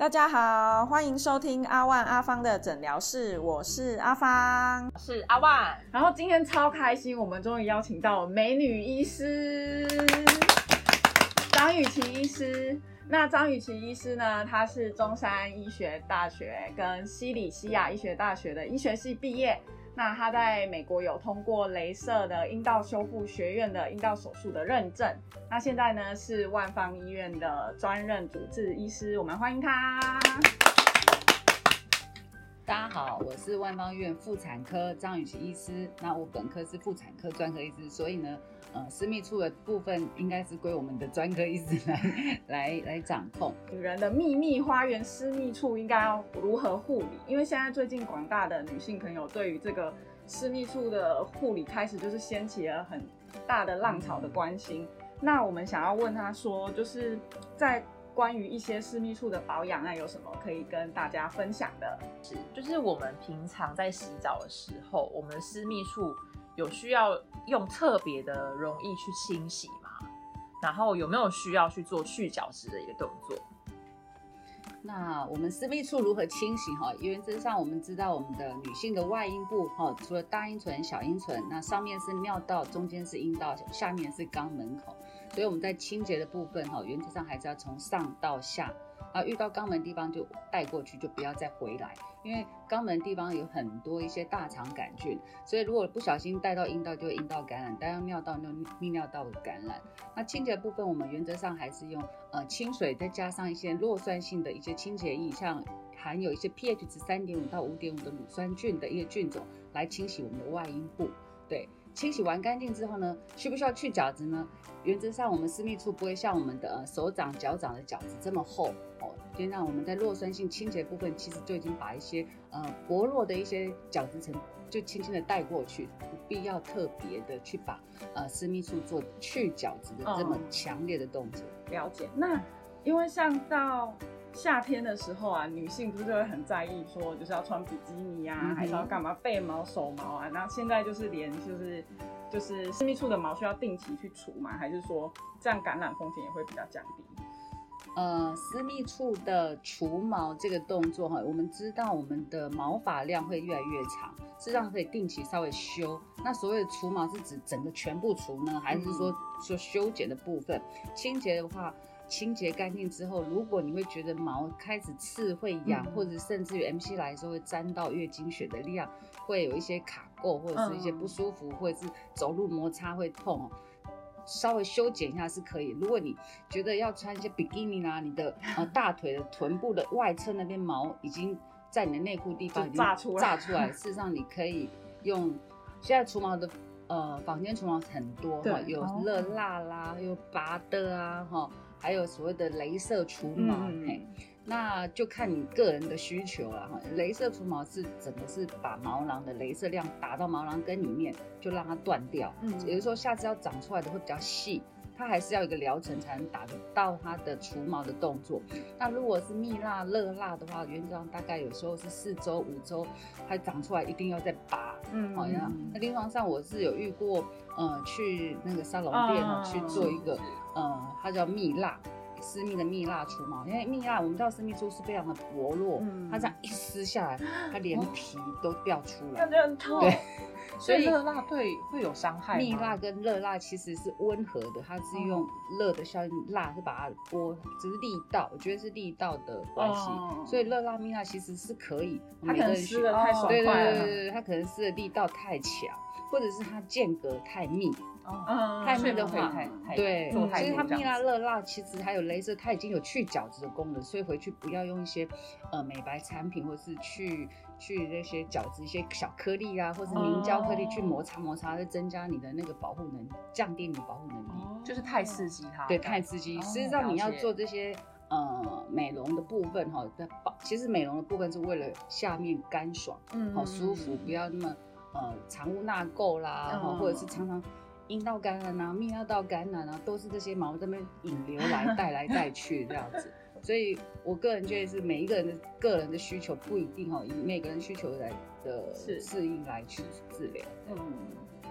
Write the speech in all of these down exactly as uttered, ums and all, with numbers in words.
大家好，欢迎收听阿万阿芳的诊疗室，我是阿芳， 我是阿万。 然后今天超开心，我们终于邀请到美女医师张雨绮医师。那张雨绮医师呢，她是中山医学大学跟西里西亚医学大学的医学系毕业。那她在美国有通过雷射的阴道修复学院的阴道手术的认证。那现在呢是万芳医院的专任主治医师，我们欢迎她。 大家好，我是万芳医院妇产科张雨绮医师。那我本科是妇产科专科医师，所以呢，呃，私密处的部分应该是归我们的专科医师来来来掌控。 女人的秘密花园私密处应该要如何护理？因为现在最近广大的女性朋友对于这个私密处的护理开始就是掀起了很大的浪潮的关心。那我们想要问她说，就是在关于一些私密处的保养，那有什么可以跟大家分享的？ 是，就是我们平常在洗澡的时候，我们的私密处有需要用特别的溶液去清洗吗？然后有没有需要去做去角质的一个动作？ 那我们私密处如何清洗哈？原则上我们知道我们的女性的外阴部哈，除了大阴唇、小阴唇，那上面是尿道，中间是阴道，下面是肛门口。所以我们在清洁的部分哈，原则上还是要从上到下。啊，遇到肛门的地方就带过去，就不要再回来，因为肛门的地方有很多一些大肠杆菌，所以如果不小心带到阴道，就会阴道感染；带到尿道，就泌尿道的感染。那清洁的部分，我们原则上还是用呃清水，再加上一些弱酸性的一些清洁液，像含有一些 pH 值 三点五 到 五点五 的乳酸菌的一些菌种来清洗我们的外阴部。对。清洗完干净之后呢，需不需要去角质呢？原则上，我们私密处不会像我们的、呃、手掌、脚掌的角质这么厚哦。就让我们在弱酸性清洁部分，其实就已经把一些呃薄弱的一些角质层就轻轻的带过去，不必要特别的去把呃私密处做去角质的这么强烈的动作。 哦、了解。那因为像到夏天的时候啊，女性不是就会很在意说就是要穿比基尼啊，嗯、还是要干嘛背毛、手毛啊？那现在就是连就是就是私密处的毛需要定期去除吗？还是说这样感染风险也会比较降低？ 呃，私密处的除毛这个动作哈，我们知道我们的毛发量会越来越长，事实上可以定期稍微修。那所谓的除毛是指整个全部除呢，还是说说修剪的部分？清洁的话。清洁干净之后，如果你会觉得毛开始刺会痒，嗯、或者甚至于 M C 来的时候会沾到月经血的量，会有一些卡垢或者是一些不舒服，嗯、或者是走路摩擦会痛，稍微修剪一下是可以。如果你觉得要穿一些比基尼啊，你的呃大腿的臀部的外侧那边毛已经在你的内裤地方已经炸出来， 炸出来，事实上你可以用现在除毛的。呃，坊间除毛很多哈，有热蜡啦，有拔的啊，哈，还有所谓的雷射除毛，嗯、嘿，那就看你个人的需求了哈。雷射除毛是整个是把毛囊的雷射量打到毛囊根里面，就让它断掉，嗯，也就是说下次要长出来的会比较细。它还是要一个疗程才能达得到它的除毛的动作。那如果是蜜蜡、热蜡的话，原则上大概有时候是四周、五周，它长出来一定要再拔。嗯，好像那临床上我是有遇过，呃，去那个沙龙店哦、嗯、去做一个，呃，它叫蜜蜡。私密的蜜蜡除毛，因为蜜蜡我们知道私密处是非常的薄弱，嗯、它这样一撕下来，它连皮都掉出来， 感觉很痛。 对， 所以热蜡对会有伤害吗？ 蜜蜡跟热蜡其实是温和的，它是用热的效应，蜡是把它剥，只是力道，我觉得是力道的关系，哦、所以热蜡、蜜蜡其实是可以， 它可能撕的太爽快了， 对对对对，它可能撕的力道太强，或者是它间隔太密。 哦， 太密的话， 太太对，其实它蜜蜡、热蜡其实还有雷射，它已经有去角质的功能，所以回去不要用一些呃美白产品，或是去去那些角质一些小颗粒啊，或是凝胶颗粒去摩擦摩擦，会增加你的那个保护能力，降低你的保护能力， 哦、就是太刺激它， 对，太刺激。实际上你要做这些呃美容的部分哈，其实美容的部分是为了下面干爽，嗯，好舒服，不要那么呃藏污纳垢啦，嗯、或者是常常。阴道感染啊，泌尿道感染啊，都是这些毛这边引流来带来带去这样子，所以我个人觉得是每一个人的个人的需求不一定哈，以每个人需求来的适应来去治疗。嗯，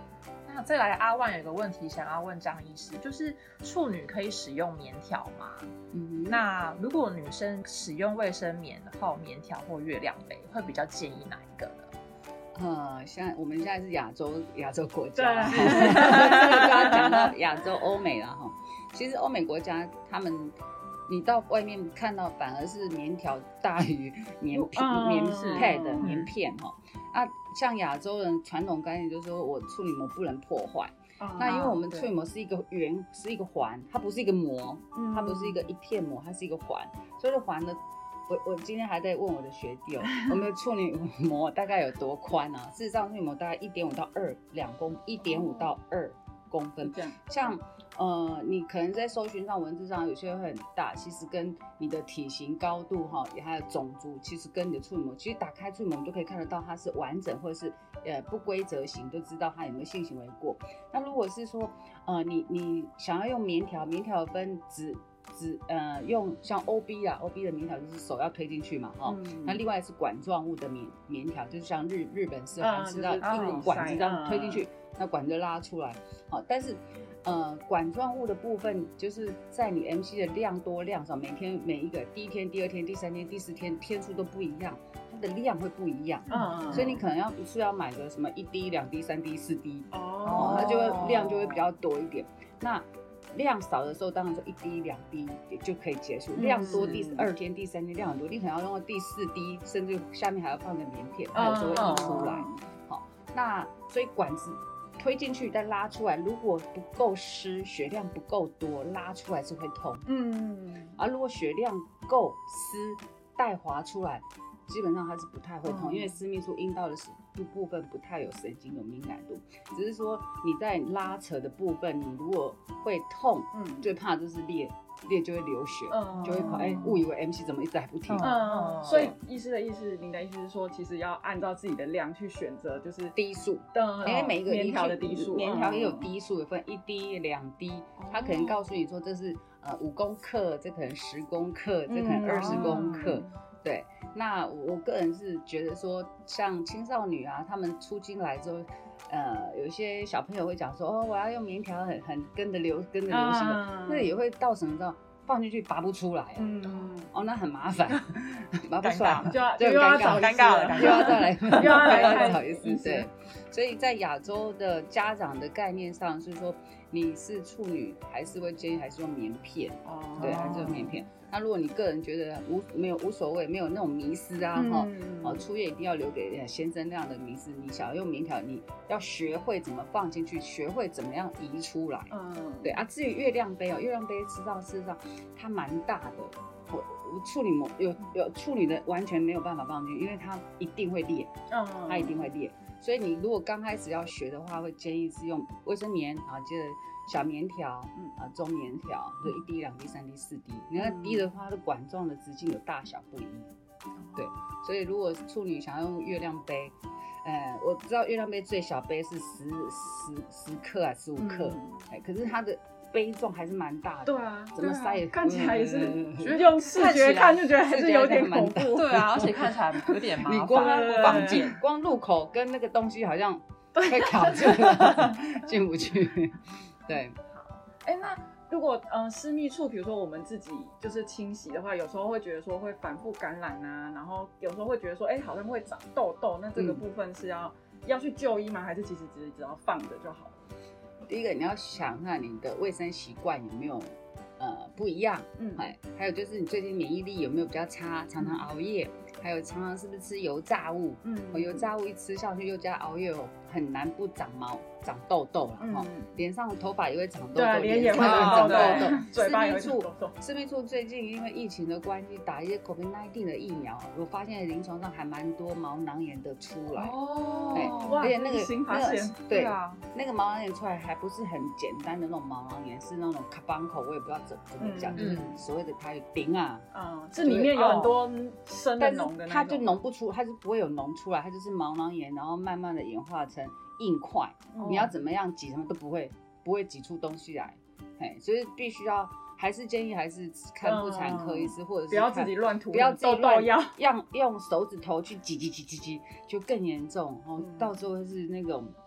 那再来，阿万有个问题想要问张医师，就是处女可以使用棉条吗？ 嗯， 那如果女生使用卫生棉后棉条或月亮杯，会比较建议哪一个呢？ 呃，像我们现在是亚洲亚洲国家， 对， 这个就要讲到亚洲欧美了哈。其实欧美国家他们，你到外面看到反而是棉条大于棉片、 嗯棉是 pad 嗯棉片哈。啊，像亚洲人传统概念就是说我处女膜不能破坏。 嗯那因为我们对处女膜是一个圆，是一个环，它不是一个膜， 嗯它不是一个一片膜，它是一个环。所以这环呢，我我今天还在问我的学弟哦，我们的处女膜大概有多宽啊？事实上，处女膜大概一点五到二两公，一点五到二公分。 这样， 像呃，你可能在搜寻上文字上有些会很大，其实跟你的体型、高度哈，也还有种族，其实跟你的处女膜，其实打开处女膜，你就可以看得到它是完整或者是呃不规则型，就知道它有没有性行为过。那如果是说呃你你想要用棉条，棉条分只只呃用像 O B 啊 ，O B 的棉条就是手要推进去嘛哈。 嗯那另外是管状物的棉棉条，就是像日日本式、 嗯韩式要就是一个自己塞管子这样嗯推进去，那管子拉出来。好，但是呃管状物的部分，就是在你 M C 的量多量少，每天每一个第一天、第二天、第三天、第四天天数都不一样，它的量会不一样。 嗯所以你可能要一次要买个什么一滴、两滴、三滴、四滴， 哦哦，它就会量就会比较多一点。那量少的时候，当然说一滴两滴也就可以结束。 嗯量多， 是第二天、第三天量很多，你可能要用到第四滴，甚至下面还要放个棉片，它嗯有时候会溢出来。好，那所以管子推进去再拉出来，如果不够湿，血量不够多，拉出来是会痛。 嗯而如果血量够湿，带滑出来，基本上它是不太会痛， 嗯因为私密处阴道的部分不太有神经有敏感度，只是说你在拉扯的部分，你如果会痛， 嗯最怕就是裂，裂就会流血， 嗯就会跑，哎、误以为 M C 怎么一直还不停。 嗯，所以医师的意思，您的意思是说，其实要按照自己的量去选择，就是滴数， 的， 因为每一个棉条的滴数， 棉条也有嗯， 滴数，有分一滴、两滴，它可能告诉你说这是呃五公克，这可能十公克，这可能二十公克。对，那我个人是觉得说，像青少女啊，她们出经来之后，呃，有一些小朋友会讲说，哦，我要用棉条很，很跟着流，跟着流行的， 啊那也会到什么时候放进去拔不出来、啊， 嗯， 哦，那很麻烦，拔不出来， 就要就很又要尴尬找尴尬了医师又要再来， 又要来看不好意思医，师对，所以在亚洲的家长的概念上是说，你是处女，还是会建议还是用棉片， 哦对，还是用棉片。那如果你个人觉得无没有无所谓，没有那种迷思啊，哈、 嗯哦，出院一定要留给先生那样的迷思。你想要用棉条，你要学会怎么放进去，学会怎么样移出来。 嗯， 对啊，至于月亮杯哦，月亮杯事实上事实上它蛮大的。我我处女膜有有处女的完全没有办法放进去，因为它一定会裂， 嗯， 它一定会裂。所以你如果刚开始要学的话，会建议是用卫生棉，然后接着小棉条， 嗯啊中棉条，就一滴、两滴、三滴、四滴。你那滴的话，它的管状的直径有大小不一，对。所以如果处女想要用月亮杯，呃，我知道月亮杯最小杯是十十十克啊，十五克，哎、 嗯可是它的杯状还是蛮大的， 对啊， 怎么塞也看起来也是嗯用视觉看就觉得还是有点恐视觉怖， 对啊，而且看起来有点麻烦， 你光不方便。 光入口跟那个东西好像被卡住，进不去。对， 哎，那如果呃私密处，比如说我们自己就是清洗的话，有时候会觉得说会反复感染啊，然后有时候会觉得说，哎，好像会长痘痘，那这个嗯部分是要、要去就医吗？还是其实只是只要放着就好了？ 第一个你要想看你的卫生习惯有没有呃不一样， 嗯， 哎，还有就是你最近免疫力有没有比较差，常常熬夜，还有常常是不是吃油炸物？ 嗯哦油炸物一吃下去又加熬夜哦，很难不长毛、长痘痘了哈。 嗯脸上头发也会长痘对啊， 痘， 脸也会上长痘长痘痘痘，， 嘴巴也会私密处长痘痘。 私密处最近因为疫情的关系，打一些 COVID 十九 的疫苗，我发现临床上还蛮多毛囊炎的出来。 哦哎哇， 而且那个这是新发现， 那个对啊， 那个毛囊炎出来还不是很简单的那种毛囊炎，是那种卡邦口，我也不知道怎怎么讲， 嗯就是所谓的它有顶啊， 嗯，这里面有很多深的但是脓的那种， 它就脓不出，它是不会有脓出来，它就是毛囊炎，然后慢慢的演化成硬块， 嗯你要怎么样挤，什么都不会，不会挤出东西来，哎，所以必须要。还是建议还是看妇产科医师，或者是不要自看己乱涂， 不要自己痘痘乱药。 用用手指头去挤挤挤挤挤，就更严重，然后嗯到时候是那种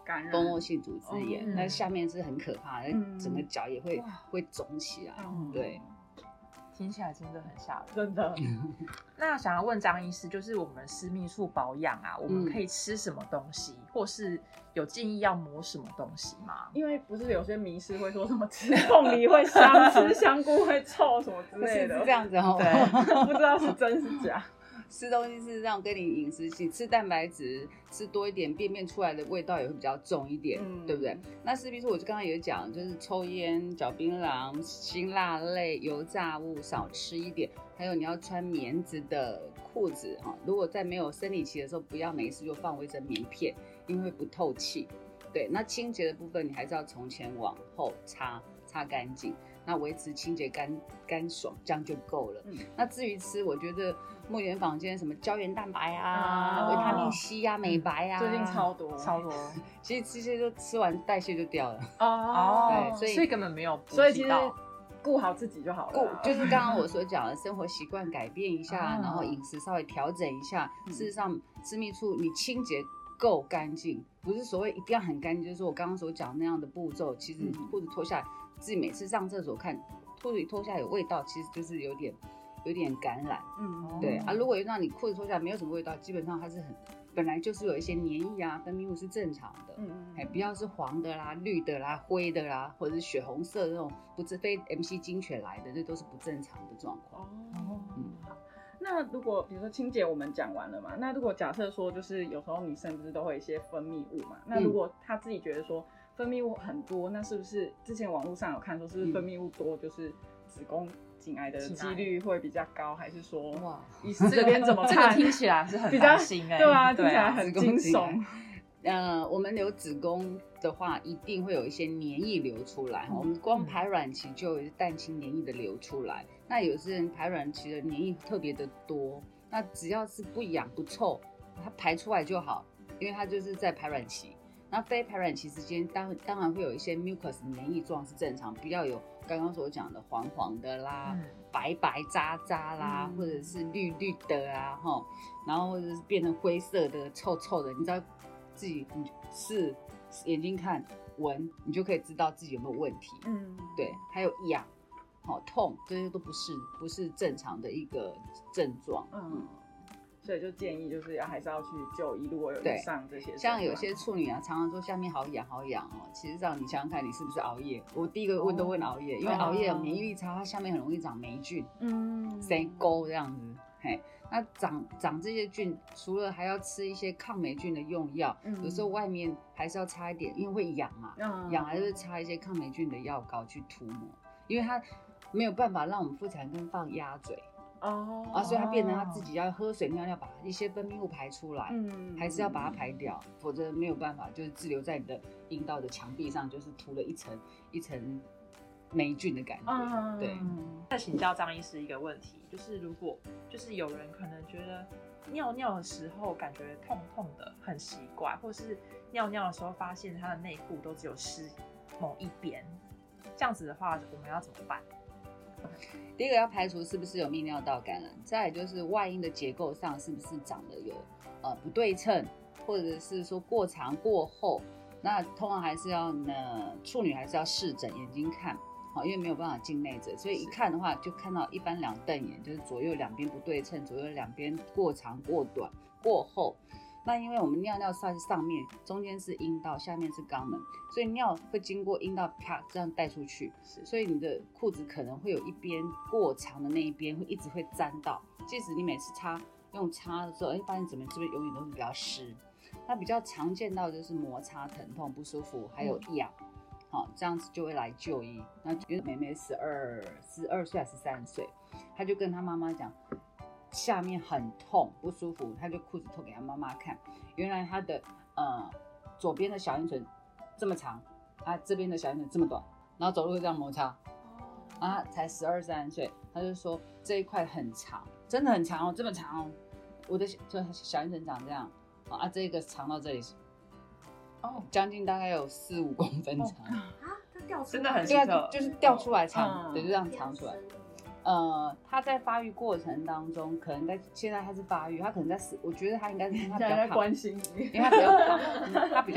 感染蜂窝性组织炎， 哦那下面是很可怕的， 嗯整个脚也会哇会肿起来。 嗯对， 听起来真的很吓人。 真的。 那想要问张医师，就是我们私密处保养啊，我们嗯可以吃什么东西，或是有建议要抹什么东西吗？ 因为不是有些迷思会说什么吃凤梨会香，吃香菇会臭什么之类的， 是是这样子哦。 对不知道是真是假。 吃东西是让跟你饮食，你吃蛋白质吃多一点，便便出来的味道也会比较重一点， 嗯对不对？那私密处我就刚刚有讲，就是抽烟、嚼槟榔、辛辣类、油炸物少吃一点，还有你要穿棉质的裤子哈。如果在没有生理期的时候，不要没事就放卫生棉片，因为会不透气。对，那清洁的部分你还是要从前往后擦擦干净，那维持清洁干干爽，这样就够了。 嗯那至于吃，我觉得目前坊间什么胶原蛋白啊、 啊维他命 C 啊、美白啊， 最近超多超多其实这些都吃完代谢就掉了。 哦对所以所以根本没有补所以其实给到顾好自己就好顾了啊。 就是刚刚我所讲的生活习惯改变一下， 啊然后饮食稍微调整一下。 嗯事实上，私密处你清洁够干净，不是所谓一定要很干净，就是说我刚刚所讲那样的步骤，其实嗯裤子脱下来，自己每次上厕所看裤子里脱下来有味道，其实就是有点有点感染。 嗯， 对啊，如果让你裤子脱下来没有什么味道，基本上它是很本来就是有一些黏液啊、分泌物是正常的。 嗯嗯哎，不要是黄的啦、绿的啦、灰的啦，或者是血红色的那种不是非 M C 精选来的，这都是不正常的状况。 哦， 嗯好。那如果比如说清洁我们讲完了嘛，那如果假设说就是有时候女生不是都会有一些分泌物嘛，那如果她自己觉得说分泌物很多，那是不是之前网络上有看说是不是分泌物多就是子宫颈癌的几率会比较高，还是说哇， 医师这边怎么这个看？ 听起来是很比较担心哎、 对啊，听起来啊很子宫颈惊悚。 呃，我们有子宫的话，一定会有一些黏液流出来。 嗯我们光排卵期就有蛋清黏液的流出来。那有些人排卵期的黏液特别的多，那只要是不痒不臭，它排出来就好，因为它就是在排卵期。那非排卵期之间，当当然会有一些 mucus 黏液状是正常，不要有刚刚所讲的黄黄的啦、 嗯白白渣渣啦， 嗯或者是绿绿的啊，哈，然后或者是变成灰色的、臭臭的，你知道自己你是眼睛看闻，你就可以知道自己有没有问题。 嗯， 对，还有痒、好痛，这些都不是不是正常的一个症状。 嗯，所以就建议就是要还是要去就医，如果有对以上这些症状， 像有些处女啊，常常说下面好痒好痒哦，其实上你想想看，你是不是熬夜？我第一个问都问熬夜，因为熬夜有免疫力差，它下面很容易长霉菌、 嗯生沟这样子。嘿，那长长这些菌，除了还要吃一些抗霉菌的用药， 嗯有时候外面还是要擦一点，因为会痒嘛， 嗯痒还是擦一些抗霉菌的药膏去涂抹，因为它没有办法让我们妇产科放鸭嘴。 哦啊，所以它变成它自己要喝水尿尿，把一些分泌物排出来， 嗯还是要把它排掉，否则没有办法，就是滞留在你的阴道的墙壁上，就是涂了一层一层霉菌的感觉。 嗯对， 再请教张医师一个问题，就是如果就是有人可能觉得尿尿的时候感觉痛痛的，很奇怪，或是尿尿的时候发现他的内裤都只有湿某一边，这样子的话，我们要怎么办？ 第一个要排除是不是有泌尿道感染，再来就是外阴的结构上是不是长得有呃不对称，或者是说过长过厚。那通常还是要呢，处女还是要视诊眼睛看，好，因为没有办法镜内诊，所以一看的话就看到一般两瞪眼，就是左右两边不对称，左右两边过长过短过厚。那因为我们尿尿算是上面，中间是阴道，下面是肛门，所以尿会经过阴道啪这样带出去，所以你的裤子可能会有一边过长的那一边会一直会沾到，即使你每次擦用擦的时候，哎，发现怎么这边永远都是比较湿。那比较常见到的就是摩擦、疼痛、不舒服，还有痒，好、这样子就会来就医。那因为妹妹十二十二岁还是十三岁，她就跟她妈妈讲。下面很痛不舒服，他就裤子脱给他妈妈看，原来他的呃左边的小阴唇这么长，啊这边的小阴唇这么短，然后走路会这样摩擦，啊才十二三岁，他就说这一块很长，真的很长哦，这么长哦，我的就小阴唇长这样，啊这个长到这里，哦将近大概有四五公分长， 啊，它掉出来真的很对啊奇特， 就是掉出来长， 嗯对，就这样长出来。呃，他在发育过程当中，可能在现在他是发育，他可能在死，我觉得他应该是他比现在在较胖， 关心你， 因为他比较胖，嗯他比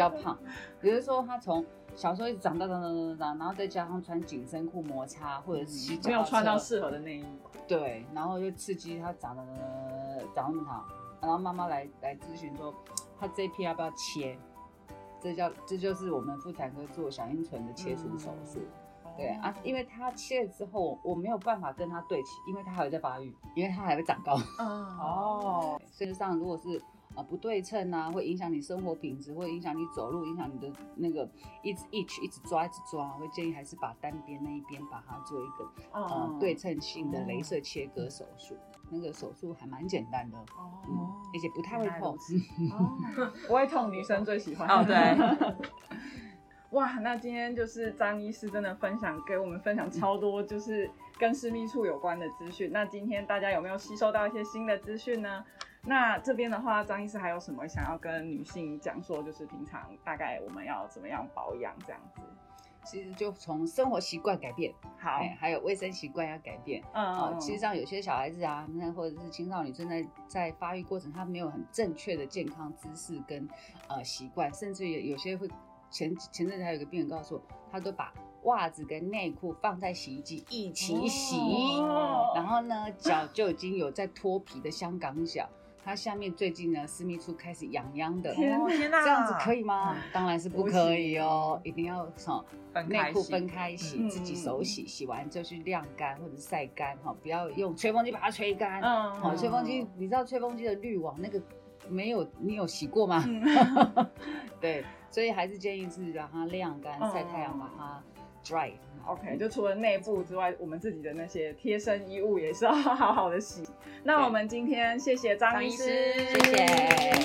较胖。比如说他从小时候一直长大长长长长，然后再加上穿紧身裤摩擦，或者是骑脚踏车没有穿到适合的内衣。 对，然后就刺激他长得长那么长，然后妈妈来来咨询说，他这一批要不要切？这叫这就是我们妇产科做小阴唇的切除手术。嗯、对啊，因为他切了之后，我没有办法跟他对齐，因为他还有在发育，因为他还会长高。 嗯哦， 事实上，如果是呃不对称啊，会影响你生活品质，会影响你走路，影响你的那个一直 itch 一直抓一直抓，会建议还是把单边那一边把它做一个、哦、呃对称性的雷射切割手术。哦、那个手术还蛮简单的，哦、嗯，而且不太会痛， 哦，不会痛，女生最喜欢。 哦，对。 哇，那今天就是张医师真的分享给我们分享超多，就是跟私密处有关的资讯。那今天大家有没有吸收到一些新的资讯呢？那这边的话，张医师还有什么想要跟女性讲说，就是平常大概我们要怎么样保养这样子？ 其实就从生活习惯改变， 好， 还有卫生习惯要改变。嗯，哦，其实上有些小孩子啊，那或者是青少年正在在发育过程，他没有很正确的健康知识跟呃习惯，甚至有些会前前阵子还有一个病人告诉我，他都把袜子跟内裤放在洗衣机一起洗，哦、然后呢脚就已经有在脱皮的香港脚。它下面最近呢，私密处开始痒痒的， 天哪， 这样子可以吗？嗯、当然是不可以哦，一定要哈内裤分开洗，嗯、自己手洗，洗完就去晾干或者晒干哈，不要用吹风机把它吹干。嗯，好，吹风机，你知道吹风机的滤网那个没有，你有洗过吗？嗯、对，所以还是建议是让它晾干，嗯、晒太阳把它 dry。OK， 就除了内部之外，我们自己的那些贴身衣物也是要好好的洗。那我们今天谢谢张医师， 谢谢。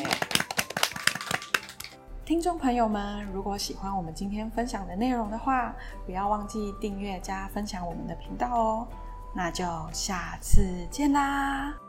听众朋友们，如果喜欢我们今天分享的内容的话，不要忘记订阅加分享我们的频道哦。那就下次见啦。